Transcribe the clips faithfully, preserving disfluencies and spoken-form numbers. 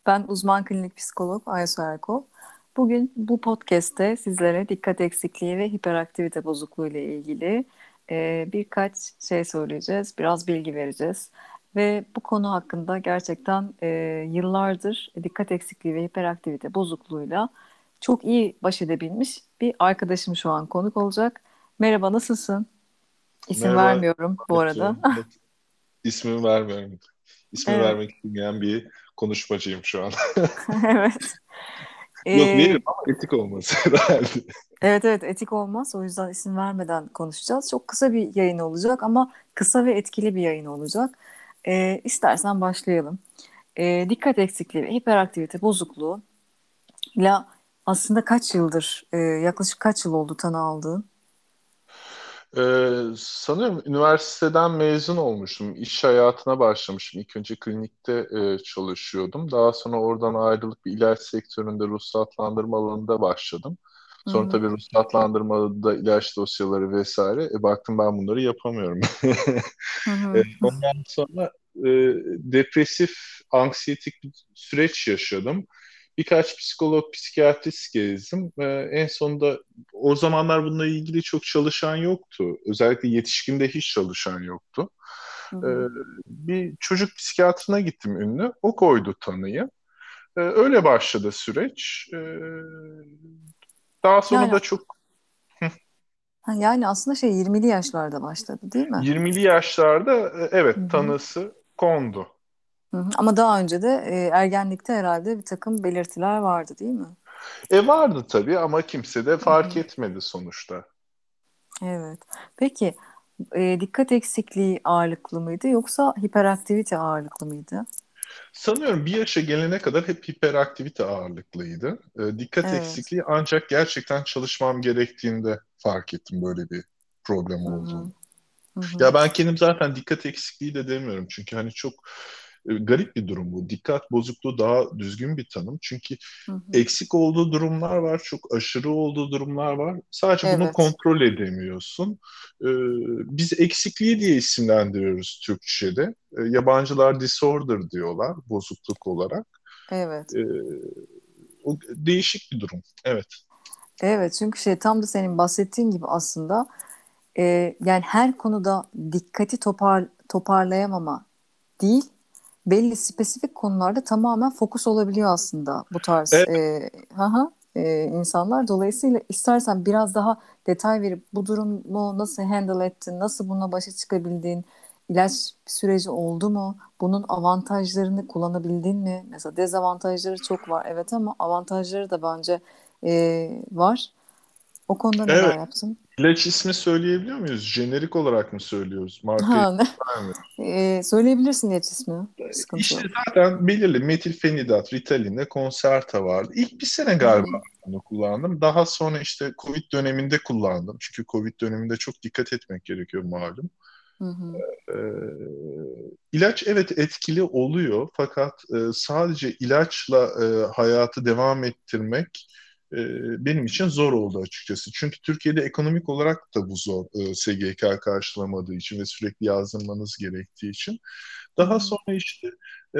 Ben uzman klinik psikolog Aysu Erkol. Bugün bu podcast'te sizlere dikkat eksikliği ve hiperaktivite bozukluğu ile ilgili e, birkaç şey söyleyeceğiz, biraz bilgi vereceğiz. Ve bu konu hakkında gerçekten e, yıllardır dikkat eksikliği ve hiperaktivite bozukluğuyla çok iyi baş edebilmiş bir arkadaşım şu an konuk olacak. Merhaba, nasılsın? İsim Merhaba, vermiyorum bu arada. yapıyorum. Evet, ismimi vermiyorum. İsmi Evet, vermek istemeyen bir konuşmacıyım şu an. evet. Yok E, veririm ama etik olması herhalde. Evet evet, etik olmaz. O yüzden isim vermeden konuşacağız. Çok kısa bir yayın olacak ama kısa ve etkili bir yayın olacak. Ee, istersen başlayalım. Ee, dikkat eksikliği ve hiperaktivite bozukluğuyla aslında kaç yıldır, e, yaklaşık kaç yıl oldu tanı aldığın? Ee, sanıyorum üniversiteden mezun olmuştum. İş hayatına başlamışım. İlk önce klinikte e, çalışıyordum. Daha sonra oradan ayrılıp bir ilaç sektöründe ruhsatlandırma alanında başladım. Hı Sonra hı, tabii ruhsatlandırmada ilaç dosyaları vesaire. E, baktım ben bunları yapamıyorum. hı E, hı, ondan sonra e, depresif, anksiyetik bir süreç yaşadım. Birkaç psikolog, psikiyatrist gezdim. E, en sonunda o zamanlar bununla ilgili çok çalışan yoktu. Özellikle yetişkinde hiç çalışan yoktu. hı E, hı. bir çocuk psikiyatrına gittim ünlü. O koydu tanıyı. E, öyle başladı süreç. E, daha sonra Yani da çok ha, yani aslında şey yirmili yaşlarda başladı değil mi? yirmili yaşlarda e, Hı evet hı, tanısı kondu. hı hı. Ama daha önce de e, ergenlikte herhalde bir takım belirtiler vardı değil mi? E vardı tabii ama kimse de Hı fark hı. etmedi sonuçta. Evet. Peki e, dikkat eksikliği ağırlıklı mıydı yoksa hiperaktivite ağırlıklı mıydı? Sanıyorum bir yaşa gelene kadar hep hiperaktivite ağırlıklıydı. E, dikkat Evet. eksikliği ancak gerçekten çalışmam gerektiğinde fark ettim böyle bir problem Hı olduğunu. hı. Hı hı. Ya ben kendim zaten dikkat eksikliği de demiyorum. Çünkü hani çok e, garip bir durum bu. Dikkat bozukluğu daha düzgün bir tanım. Çünkü Hı hı. eksik olduğu durumlar var, çok aşırı olduğu durumlar var. Sadece bunu Evet. kontrol edemiyorsun. Ee, biz eksikliği diye isimlendiriyoruz Türkçe'de. Ee, yabancılar disorder diyorlar bozukluk olarak. Evet. Ee, o değişik bir durum. Evet. Evet, çünkü şey tam da senin bahsettiğin gibi aslında e, yani her konuda dikkati topar, toparlayamama değil, belli spesifik konularda tamamen fokus olabiliyor aslında bu tarz Evet, e, haha, e, insanlar. Dolayısıyla istersen biraz daha detay verip bu durumu nasıl handle ettin, nasıl bununla başa çıkabildin, ilaç süreci oldu mu, bunun avantajlarını kullanabildin mi? Mesela dezavantajları çok var evet ama avantajları da bence e, var. O konuda evet. neler yaptın? İlaç ismi söyleyebiliyor muyuz? Jenerik olarak mı söylüyoruz? Marka Ha, ismi ne? vermiyoruz. E, söyleyebilirsin ilaç ismini. Sıkıntı İşte yok. zaten belirli metilfenidat, Ritalin'de Concerta vardı. İlk bir sene Hı galiba hı. bunu kullandım. Daha sonra işte Covid döneminde kullandım. Çünkü Covid döneminde çok dikkat etmek gerekiyor malum. Hı hı. Ee, ilaç evet etkili oluyor fakat e, sadece ilaçla e, hayatı devam ettirmek e, benim için zor oldu açıkçası. Çünkü Türkiye'de ekonomik olarak da bu zor e, S G K karşılamadığı için ve sürekli yazdırmanız gerektiği için. Hı Daha hı. sonra işte e,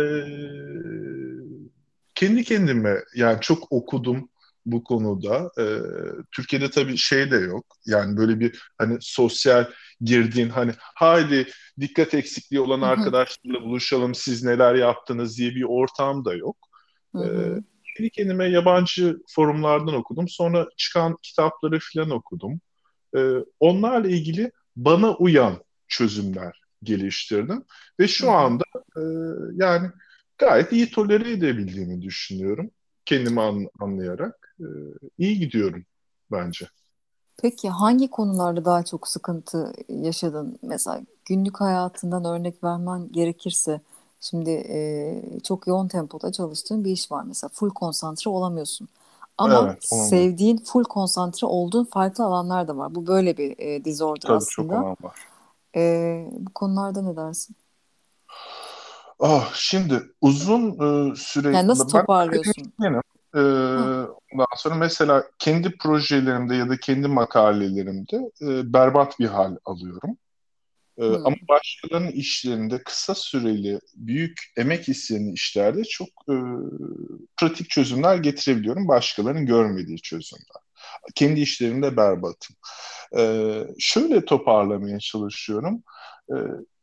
kendi kendime yani çok okudum bu konuda. E, Türkiye'de tabii şey de yok. Yani böyle bir hani sosyal girdiğin hani haydi dikkat eksikliği olan Hı hı. arkadaşlarla buluşalım siz neler yaptınız diye bir ortam da yok. Hı E, hı. kendi kendime yabancı forumlardan okudum. Sonra çıkan kitapları falan okudum. E, onlarla ilgili bana uyan çözümler geliştirdim. Ve Hı şu hı. anda e, yani gayet iyi tolere edebildiğimi düşünüyorum. Kendimi an- anlayarak. E, iyi gidiyorum bence. Peki hangi konularda daha çok sıkıntı yaşadın? Mesela günlük hayatından örnek vermen gerekirse, şimdi e, çok yoğun tempoda çalıştığın bir iş var mesela, full konsantre olamıyorsun. Ama Evet, olamıyorum. sevdiğin, full konsantre olduğun farklı alanlar da var. Bu böyle bir e, disorder Tabii çok aslında. olan var. E, bu konularda ne dersin? Ah, şimdi uzun e, süre Yani nasıl ben toparlıyorsun? akademisyenim. E, Ha, ondan sonra mesela kendi projelerimde ya da kendi makalelerimde e, berbat bir hal alıyorum. Ee, ama Hmm. başkalarının işlerinde kısa süreli, büyük emek isteyen işlerde çok e, pratik çözümler getirebiliyorum. Başkalarının görmediği çözümler. Kendi işlerimde berbatım. Ee, şöyle toparlamaya çalışıyorum. Ee,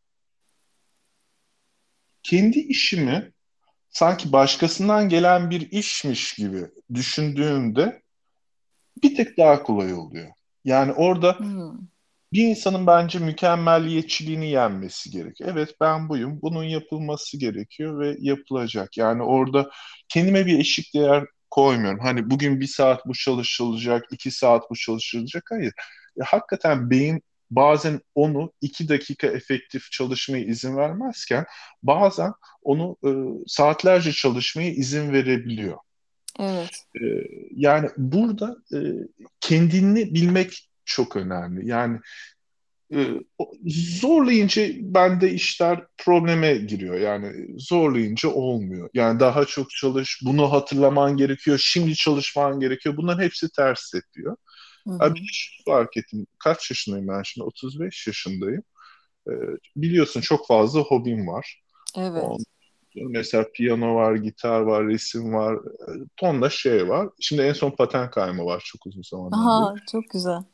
kendi işimi sanki başkasından gelen bir işmiş gibi düşündüğümde bir tık daha kolay oluyor. Yani orada Hmm. bir insanın bence mükemmelliyetçiliğini yenmesi gerekiyor. Evet ben buyum, bunun yapılması gerekiyor ve yapılacak. Yani orada kendime bir eşik değer koymuyorum. Hani bugün bir saat bu çalışılacak, iki saat bu çalışılacak. Hayır. Ya, hakikaten beyin bazen onu iki dakika efektif çalışmaya izin vermezken bazen onu e, saatlerce çalışmaya izin verebiliyor. Evet. E, yani burada e, kendini bilmek çok önemli. Yani ee, zorlayınca bende işler probleme giriyor. Yani zorlayınca olmuyor. Yani daha çok çalış, bunu hatırlaman gerekiyor, şimdi çalışman gerekiyor. Bunların hepsi ters ediyor. Hı Abi bir hı. de şunu fark ettim. Kaç yaşındayım ben şimdi? otuz beş yaşındayım. Ee, biliyorsun çok fazla hobim var. Evet. Mesela piyano var, gitar var, resim var, e, tonla şey var. Şimdi en son paten kayma var çok uzun zamandan beri. Aha, çok güzel.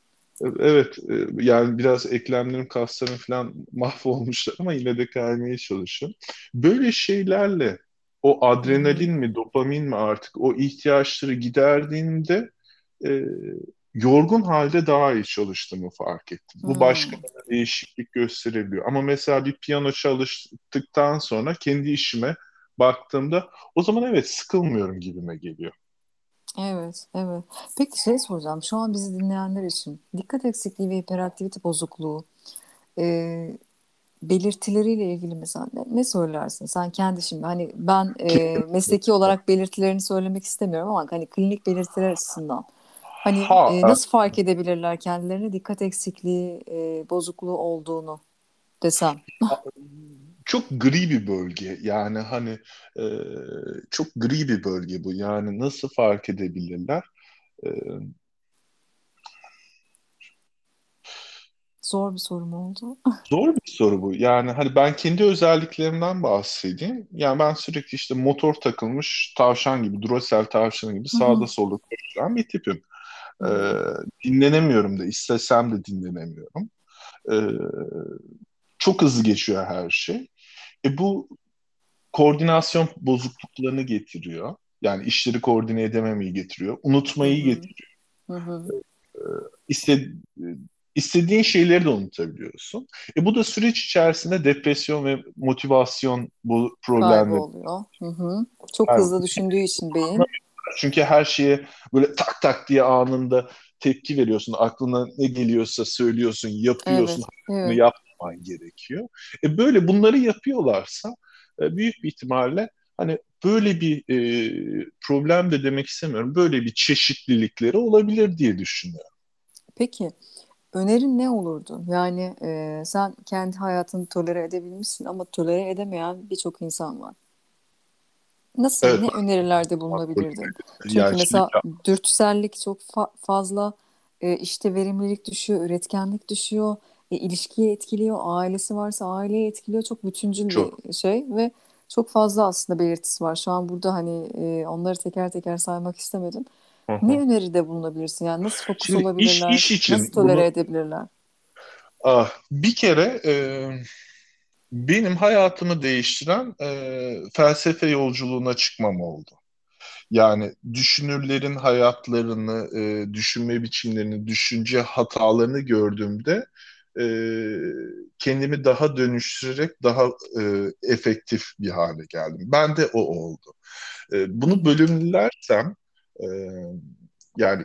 Evet, e, yani biraz eklemlerim, kaslarım falan mahvolmuşlar ama yine de kaymaya çalışıyorum. Böyle şeylerle o Hı hı. adrenalin mi, dopamin mi artık o ihtiyaçları giderdiğinde e, yorgun halde daha iyi çalıştığımı fark ettim. Bu başka Hmm. bir değişiklik gösterebiliyor. Ama mesela bir piyano çalıştıktan sonra kendi işime baktığımda o zaman evet sıkılmıyorum gibime geliyor. Evet, evet. Peki şey soracağım. Şu an bizi dinleyenler için dikkat eksikliği ve hiperaktivite bozukluğu e, belirtileriyle ilgili mesela ne, ne söylersin? Sen kendi şimdi hani ben e, mesleki olarak belirtilerini söylemek istemiyorum ama hani klinik belirtiler açısından hani e, Ha, nasıl fark edebilirler kendilerine dikkat eksikliği e, bozukluğu olduğunu desem. çok gri bir bölge. Yani hani e, çok gri bir bölge bu. Yani nasıl fark edebilirler? E, Zor bir sorum oldu. zor bir soru bu. Yani hani ben kendi özelliklerimden bahsedeyim. Yani ben sürekli işte motor takılmış tavşan gibi, Duracell tavşanı gibi Hı sağda hı, solda koşturan bir tipim. hı E, hı, dinlenemiyorum da, istesem de dinlenemiyorum. E, çok hızlı geçiyor her şey. E bu koordinasyon bozukluklarını getiriyor. Yani işleri koordine edememeyi getiriyor. hı Unutmayı hı, getiriyor. hı hı. İste, istediğin şeyleri de unutabiliyorsun. E bu da süreç içerisinde depresyon ve motivasyon bu Kaybı problemleri. oluyor. Hı hı. Çok hızlı düşündüğü için beyin. Çünkü her şeye böyle tak tak diye anında tepki veriyorsun. Aklına ne geliyorsa söylüyorsun, yapıyorsun. Evet, Bunu evet. yapman gerekiyor. E böyle bunları yapıyorlarsa e, büyük bir ihtimalle hani böyle bir e, problem de demek istemiyorum. Böyle bir çeşitlilikleri olabilir diye düşünüyorum. Peki önerin ne olurdu? Yani e, sen kendi hayatını tolere edebilmişsin ama tolere edemeyen birçok insan var. Nasıl, Evet, ne önerilerde makul. bulunabilirdin? Çünkü Yani şimdi mesela dürtüsellik çok fa- fazla, e, işte verimlilik düşüyor, üretkenlik düşüyor, e, ilişkiyi etkiliyor, ailesi varsa aileyi etkiliyor. Çok bütüncül çok. bir şey ve çok fazla aslında belirtisi var. Şu an burada hani e, onları teker teker saymak istemedim. Hı Ne hı. öneride bulunabilirsin? Yani nasıl fokus Şimdi iş iş olabilirler? için Nasıl tolere bunu edebilirler? ah, bir kere e, benim hayatımı değiştiren e, felsefe yolculuğuna çıkmam oldu. Yani düşünürlerin hayatlarını, e, düşünme biçimlerini, düşünce hatalarını gördüğümde e, kendimi daha dönüştürerek daha e, efektif bir hale geldim. Ben de o oldu. E, Hı bunu hı, bölümlersem e, yani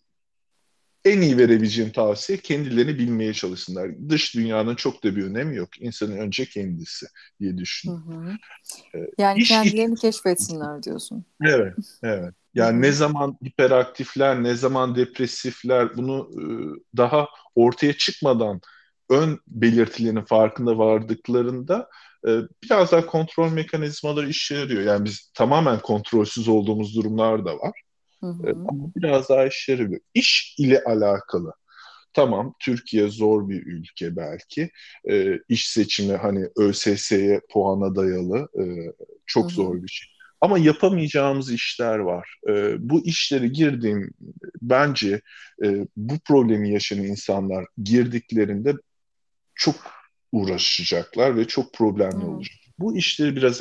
en iyi verebileceğim tavsiye kendilerini bilmeye çalışsınlar. Dış dünyanın çok da bir önemi yok. İnsanın önce kendisi diye hı düşünüyorum. hı. E, Yani iş iç. kendilerini keşfetsinler diyorsun. Evet, evet. Hı Yani ne hı, zaman hiperaktifler, ne zaman depresifler bunu e, daha ortaya çıkmadan ön belirtilerin farkında vardıklarında e, biraz daha kontrol mekanizmaları işe yarıyor. Yani biz tamamen kontrolsüz olduğumuz durumlar da var. hı E, hı, ama biraz daha işe yarıyor. İş ile alakalı. tamam, Türkiye zor bir ülke belki. E, iş seçimi hani ÖSS'ye puana dayalı, e, Hı çok hı. zor bir şey. Ama yapamayacağımız işler var. E, bu işleri girdiğim bence e, bu problemi yaşayan insanlar girdiklerinde çok uğraşacaklar ve çok problemli Evet. olacak. Bu işleri biraz,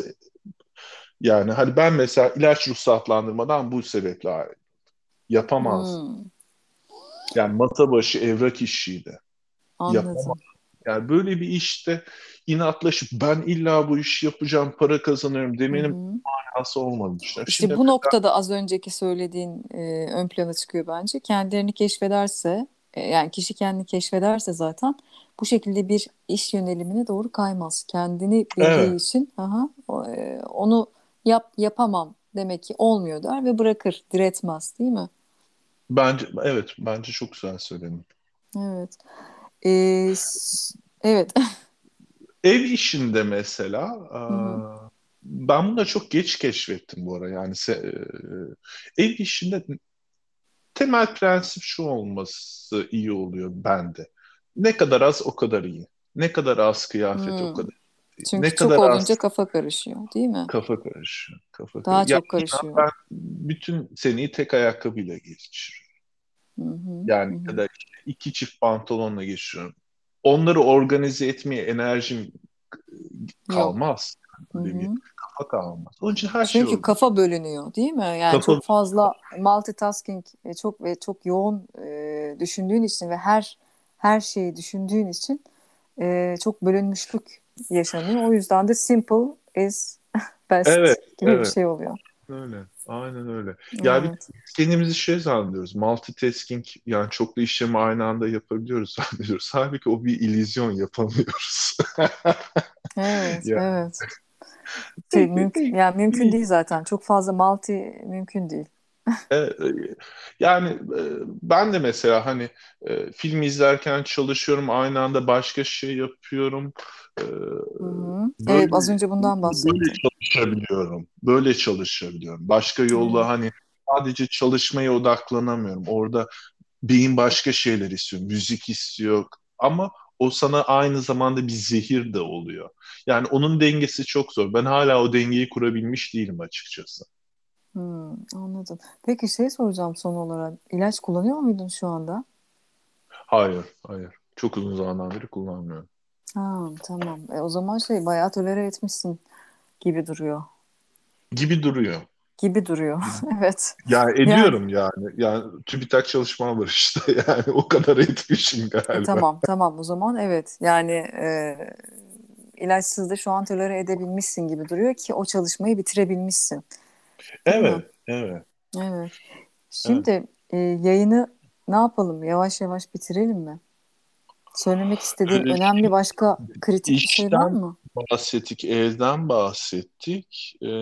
yani hani ben mesela ilaç ruhsatlandırmadan bu sebeple ayrı- yapamaz. Hmm, Yani masa başı evrak işiydi. Yapamaz. anladım. Yani böyle bir işte inatlaşıp ben illa bu işi yapacağım, para kazanıyorum Hı demenin hı. manası olmadığını düşünüyorum. İşte Şimdiye bu kadar noktada az önceki söylediğin e, ön plana çıkıyor bence. Kendilerini keşfederse, e, yani kişi kendini keşfederse zaten bu şekilde bir iş yönelimine doğru kaymaz. Kendini bildiği evet, için aha, o, e, onu yap yapamam demek ki olmuyor der ve bırakır, diretmez, değil mi? bence evet, bence çok güzel söyledin. Evet. E, s- evet. Ev işinde mesela, Hı hı. aa, ben bunu da çok geç keşfettim bu ara. Yani se- e, ev işinde temel prensip şu olması iyi oluyor bende. Ne kadar az o kadar iyi. Ne kadar az kıyafet o Hmm. kadar iyi. Çünkü Ne çok kadar az olunca kafa karışıyor, değil mi? kafa karışıyor. Kafa Daha karışıyor. Ya çok inan karışıyor. ben bütün seneyi tek ayakkabıyla geçiriyorum. Hı hı. Yani Hı hı. ya da işte iki çift pantolonla geçiriyorum. Onları organize etmeye enerjim Yok. kalmaz. Hı Böyle bir hı. kafa kalmaz. Onun için her şey Çünkü organize. kafa bölünüyor, değil mi? Yani Kafa çok fazla multitasking e, çok ve çok yoğun e, düşündüğün için ve her her şeyi düşündüğün için e, çok bölünmüşlük yaşanıyor. O yüzden de simple is evet, best gibi bir evet. şey oluyor. Öyle. Aynen öyle. Ya bir Evet. kendimizi şey zannediyoruz. Multitasking, yani çoklu işlemi aynı anda yapabiliyoruz zannediyoruz. Halbuki o bir illüzyon, yapamıyoruz. Evet, Ya evet. Şey, pek, pek, mümkün, yani mümkün değil. değil zaten. Çok fazla multi mümkün değil. E, e, yani e, ben de mesela hani e, film izlerken çalışıyorum, aynı anda başka şey yapıyorum. E, Hı hı. Evet, az böyle önce bundan böyle bahsettin. çalışabiliyorum. Böyle çalışabiliyorum. Başka yolla Evet. hani sadece çalışmaya odaklanamıyorum. Orada beyin başka şeyler istiyor. Müzik istiyor. Ama o sana aynı zamanda bir zehir de oluyor. Yani onun dengesi çok zor. Ben hala o dengeyi kurabilmiş değilim açıkçası. Hmm, anladım. Peki şey soracağım son olarak. İlaç kullanıyor muydun şu anda? Hayır, hayır. Çok uzun zamandan beri kullanmıyorum. Ha, tamam. E, o zaman şey bayağı tolere etmişsin gibi duruyor. Gibi duruyor. Gibi duruyor. Evet. Ya Yani ediyorum yani. Yani TÜBİTAK çalışma var işte. Yani o kadar etmişim e, galiba. tamam tamam o zaman evet. Yani e, ilaçsız da şu an tolere edebilmişsin gibi duruyor ki o çalışmayı bitirebilmişsin. Değil mi? Evet, evet, Evet. evet. Şimdi e, yayını ne yapalım? Yavaş yavaş bitirelim mi? Söylemek istediğin Ee, önemli başka kritik bir şey var işten mı? bahsettik, evden bahsettik. Ee,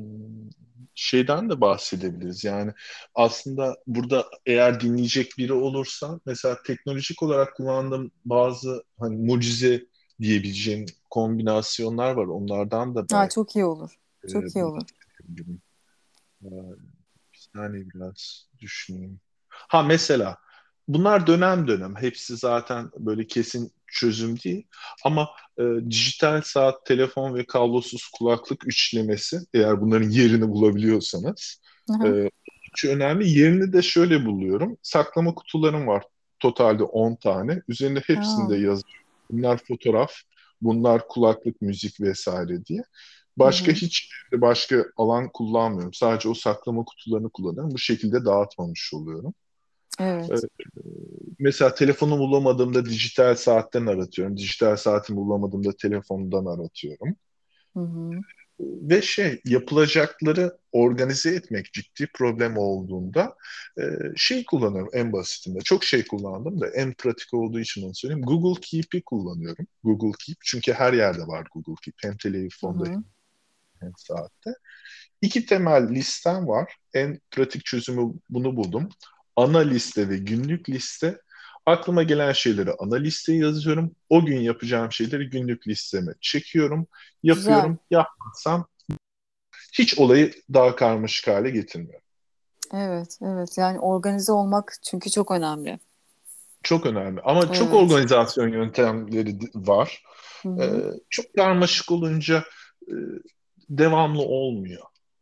şeyden de bahsedebiliriz. Yani aslında burada eğer dinleyecek biri olursa, mesela teknolojik olarak kullandığım bazı hani mucize diyebileceğim kombinasyonlar var. Onlardan da Ha, belki çok iyi olur. e, Çok iyi olur. bahsedebilirim. Ee, bir saniye biraz düşüneyim. Ha mesela bunlar dönem dönem. Hepsi zaten böyle kesin çözüm değil. Ama e, dijital saat, telefon ve kablosuz kulaklık üçlemesi, eğer bunların yerini bulabiliyorsanız, Aha. e, şu önemli. Yerini de şöyle buluyorum. Saklama kutularım var. Totalde on tane. Üzerinde hepsinde Ha. yazıyor. Bunlar fotoğraf, bunlar kulaklık, müzik vesaire diye. Hı Başka hı. hiç başka alan kullanmıyorum. Sadece o saklama kutularını kullanıyorum. Bu şekilde dağıtmamış oluyorum. Ee, Evet. mesela telefonumu bulamadığımda dijital saatten aratıyorum. Dijital saatimi bulamadığımda telefondan aratıyorum. Hı hı. Ve şey, yapılacakları organize etmek ciddi problem olduğunda e, şey kullanıyorum en basitinde. Çok şey kullandım da en pratik olduğu için onu söyleyeyim. Google Keep'i kullanıyorum. Google Keep, çünkü her yerde var Google Keep. Hem Hı telefonda hı. hem saatte. İki temel listem var. En pratik çözümü bunu buldum. Ana liste ve günlük liste. Aklıma gelen şeyleri ana listeye yazıyorum. O gün yapacağım şeyleri günlük listeme çekiyorum. Güzel. Yapıyorum. Yapmazsam hiç olayı daha karmaşık hale getirmiyorum. Evet, evet. Yani organize olmak çünkü çok önemli. Çok önemli. Ama çok Evet. organizasyon yöntemleri d- var. Hı Ee, hı. çok karmaşık olunca e, devamlı olmuyor.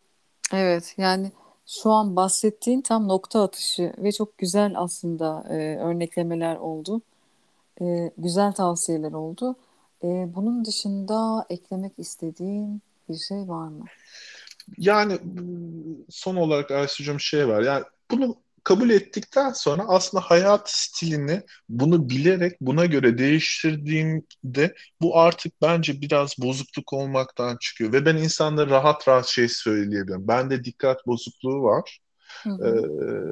Evet, yani şu an bahsettiğin tam nokta atışı ve çok güzel aslında e, örneklemeler oldu. E, güzel tavsiyeler oldu. E, bunun dışında eklemek istediğin bir şey var mı? Yani son olarak Ayşe'cim şey var. Yani bunu kabul ettikten sonra aslında hayat stilini bunu bilerek buna göre değiştirdiğimde bu artık bence biraz bozukluk olmaktan çıkıyor. Ve ben insanlara rahat rahat şey söyleyebilirim. Bende dikkat bozukluğu var. Hı Ee, hı,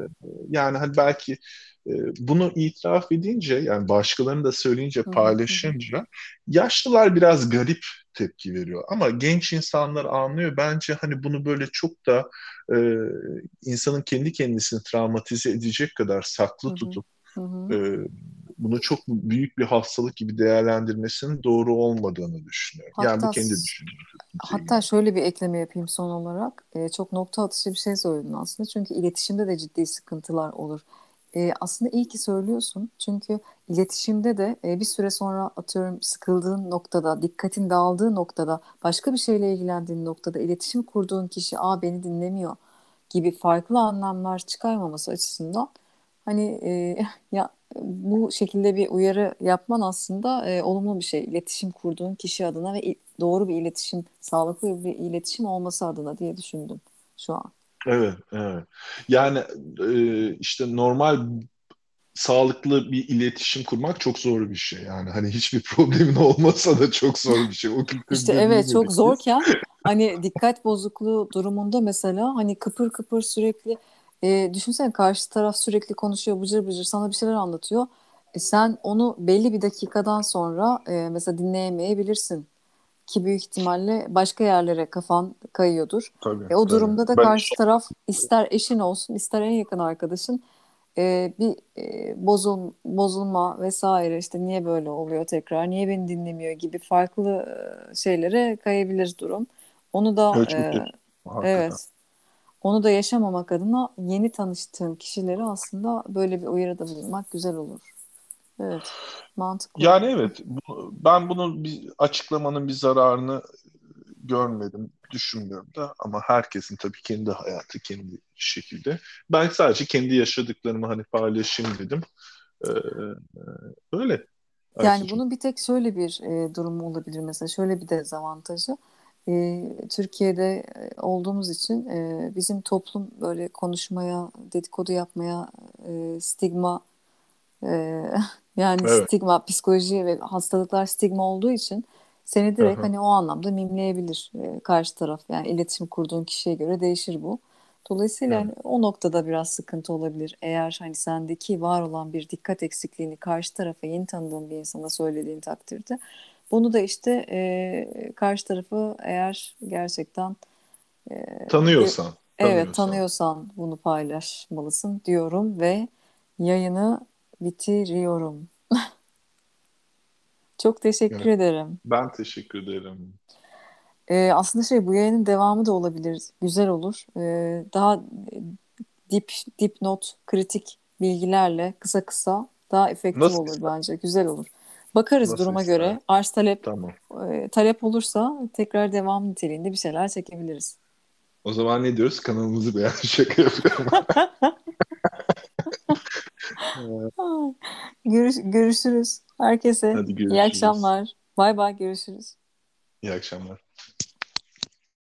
yani hani belki e, bunu itiraf edince yani başkalarını da söyleyince hı hı, hı hı. paylaşınca yaşlılar biraz garip tepki veriyor. Ama genç insanlar anlıyor. Bence hani bunu böyle çok da e, insanın kendi kendisini travmatize edecek kadar Hı saklı hı, tutup hı e, hı. bunu çok büyük bir hastalık gibi değerlendirmesinin doğru olmadığını düşünüyorum. Yani bu Hatta kendi düşüncem. Çok kimseyi Hatta ilgilendirmez. şöyle bir ekleme yapayım son olarak. Ee, çok nokta atışı bir şey söyledin aslında. Çünkü iletişimde de ciddi sıkıntılar olur. Ee, aslında iyi ki söylüyorsun. Çünkü iletişimde de e, bir süre sonra atıyorum sıkıldığın noktada, dikkatin dağıldığı noktada, başka bir şeyle ilgilendiğin noktada iletişim kurduğun kişi "Aa, beni dinlemiyor" gibi farklı anlamlar çıkarmaması açısından hani e, ya bu şekilde bir uyarı yapman aslında e, olumlu bir şey. İletişim kurduğun kişi adına ve i- doğru bir iletişim, sağlıklı bir iletişim olması adına diye düşündüm şu an. Evet, evet. Yani e, işte normal sağlıklı bir iletişim kurmak çok zor bir şey. Yani hani hiçbir problemin olmasa da çok zor bir şey. O İşte kültürde evet, çok büyümedik biz. zorken hani dikkat bozukluğu durumunda mesela hani kıpır kıpır sürekli e, düşünsene, karşı taraf sürekli konuşuyor, bıcır bıcır sana bir şeyler anlatıyor. E, sen onu belli bir dakikadan sonra e, mesela dinleyemeyebilirsin. Ki büyük ihtimalle başka yerlere kafan kayıyordur. Tabii, E, o tabii. durumda da Ben karşı taraf ister eşin olsun ister en yakın arkadaşın e, bir e, bozul, bozulma vesaire, işte niye böyle oluyor tekrar, niye beni dinlemiyor gibi farklı e, şeylere kayabilir durum. Onu da evet, çok e, kötü. Hakikaten. evet, onu da yaşamamak adına yeni tanıştığım kişileri aslında böyle bir uyarıda bulunmak güzel olur. Evet, mantıklı. Yani evet, bu, ben bunun bir açıklamanın bir zararını görmedim, düşünmüyorum da ama herkesin tabii kendi hayatı kendi şekilde. Ben sadece kendi yaşadıklarımı hani paylaşayım dedim. Ee, öyle Yani Ayşe'cim. bunun bir tek şöyle bir e, durumu olabilir, mesela şöyle bir dezavantajı. E, Türkiye'de e, olduğumuz için e, bizim toplum böyle konuşmaya, dedikodu yapmaya, e, stigma, e, yani Evet. stigma, psikoloji ve hastalıklar stigma olduğu için seni direkt Aha, hani o anlamda mimleyebilir e, karşı taraf. Yani iletişim kurduğun kişiye göre değişir bu. Dolayısıyla evet. hani o noktada biraz sıkıntı olabilir. Eğer hani sendeki var olan bir dikkat eksikliğini karşı tarafa, yeni tanıdığın bir insana söylediğin takdirde, bunu da işte e, karşı tarafı eğer gerçekten e, gö- Tanıyorsan, evet, tanıyorsan. tanıyorsan bunu paylaşmalısın diyorum ve yayını bitiriyorum. Çok Yani teşekkür ederim. ben teşekkür ederim. Ee, aslında şey, bu yayının devamı da olabilir. Güzel olur. Ee, daha dip dipnot, kritik bilgilerle kısa kısa daha efektif Nasıl olur ister? bence. Güzel olur. Bakarız Nasıl duruma ister? göre. Arz talep Tamam. e, talep olursa tekrar devam niteliğinde bir şeyler çekebiliriz. O zaman ne diyoruz? Kanalımızı beğen. Şaka yapıyorum. Ee, Görüş, görüşürüz. Herkese Hadi iyi görüşürüz. akşamlar. Bay bay, görüşürüz. İyi akşamlar.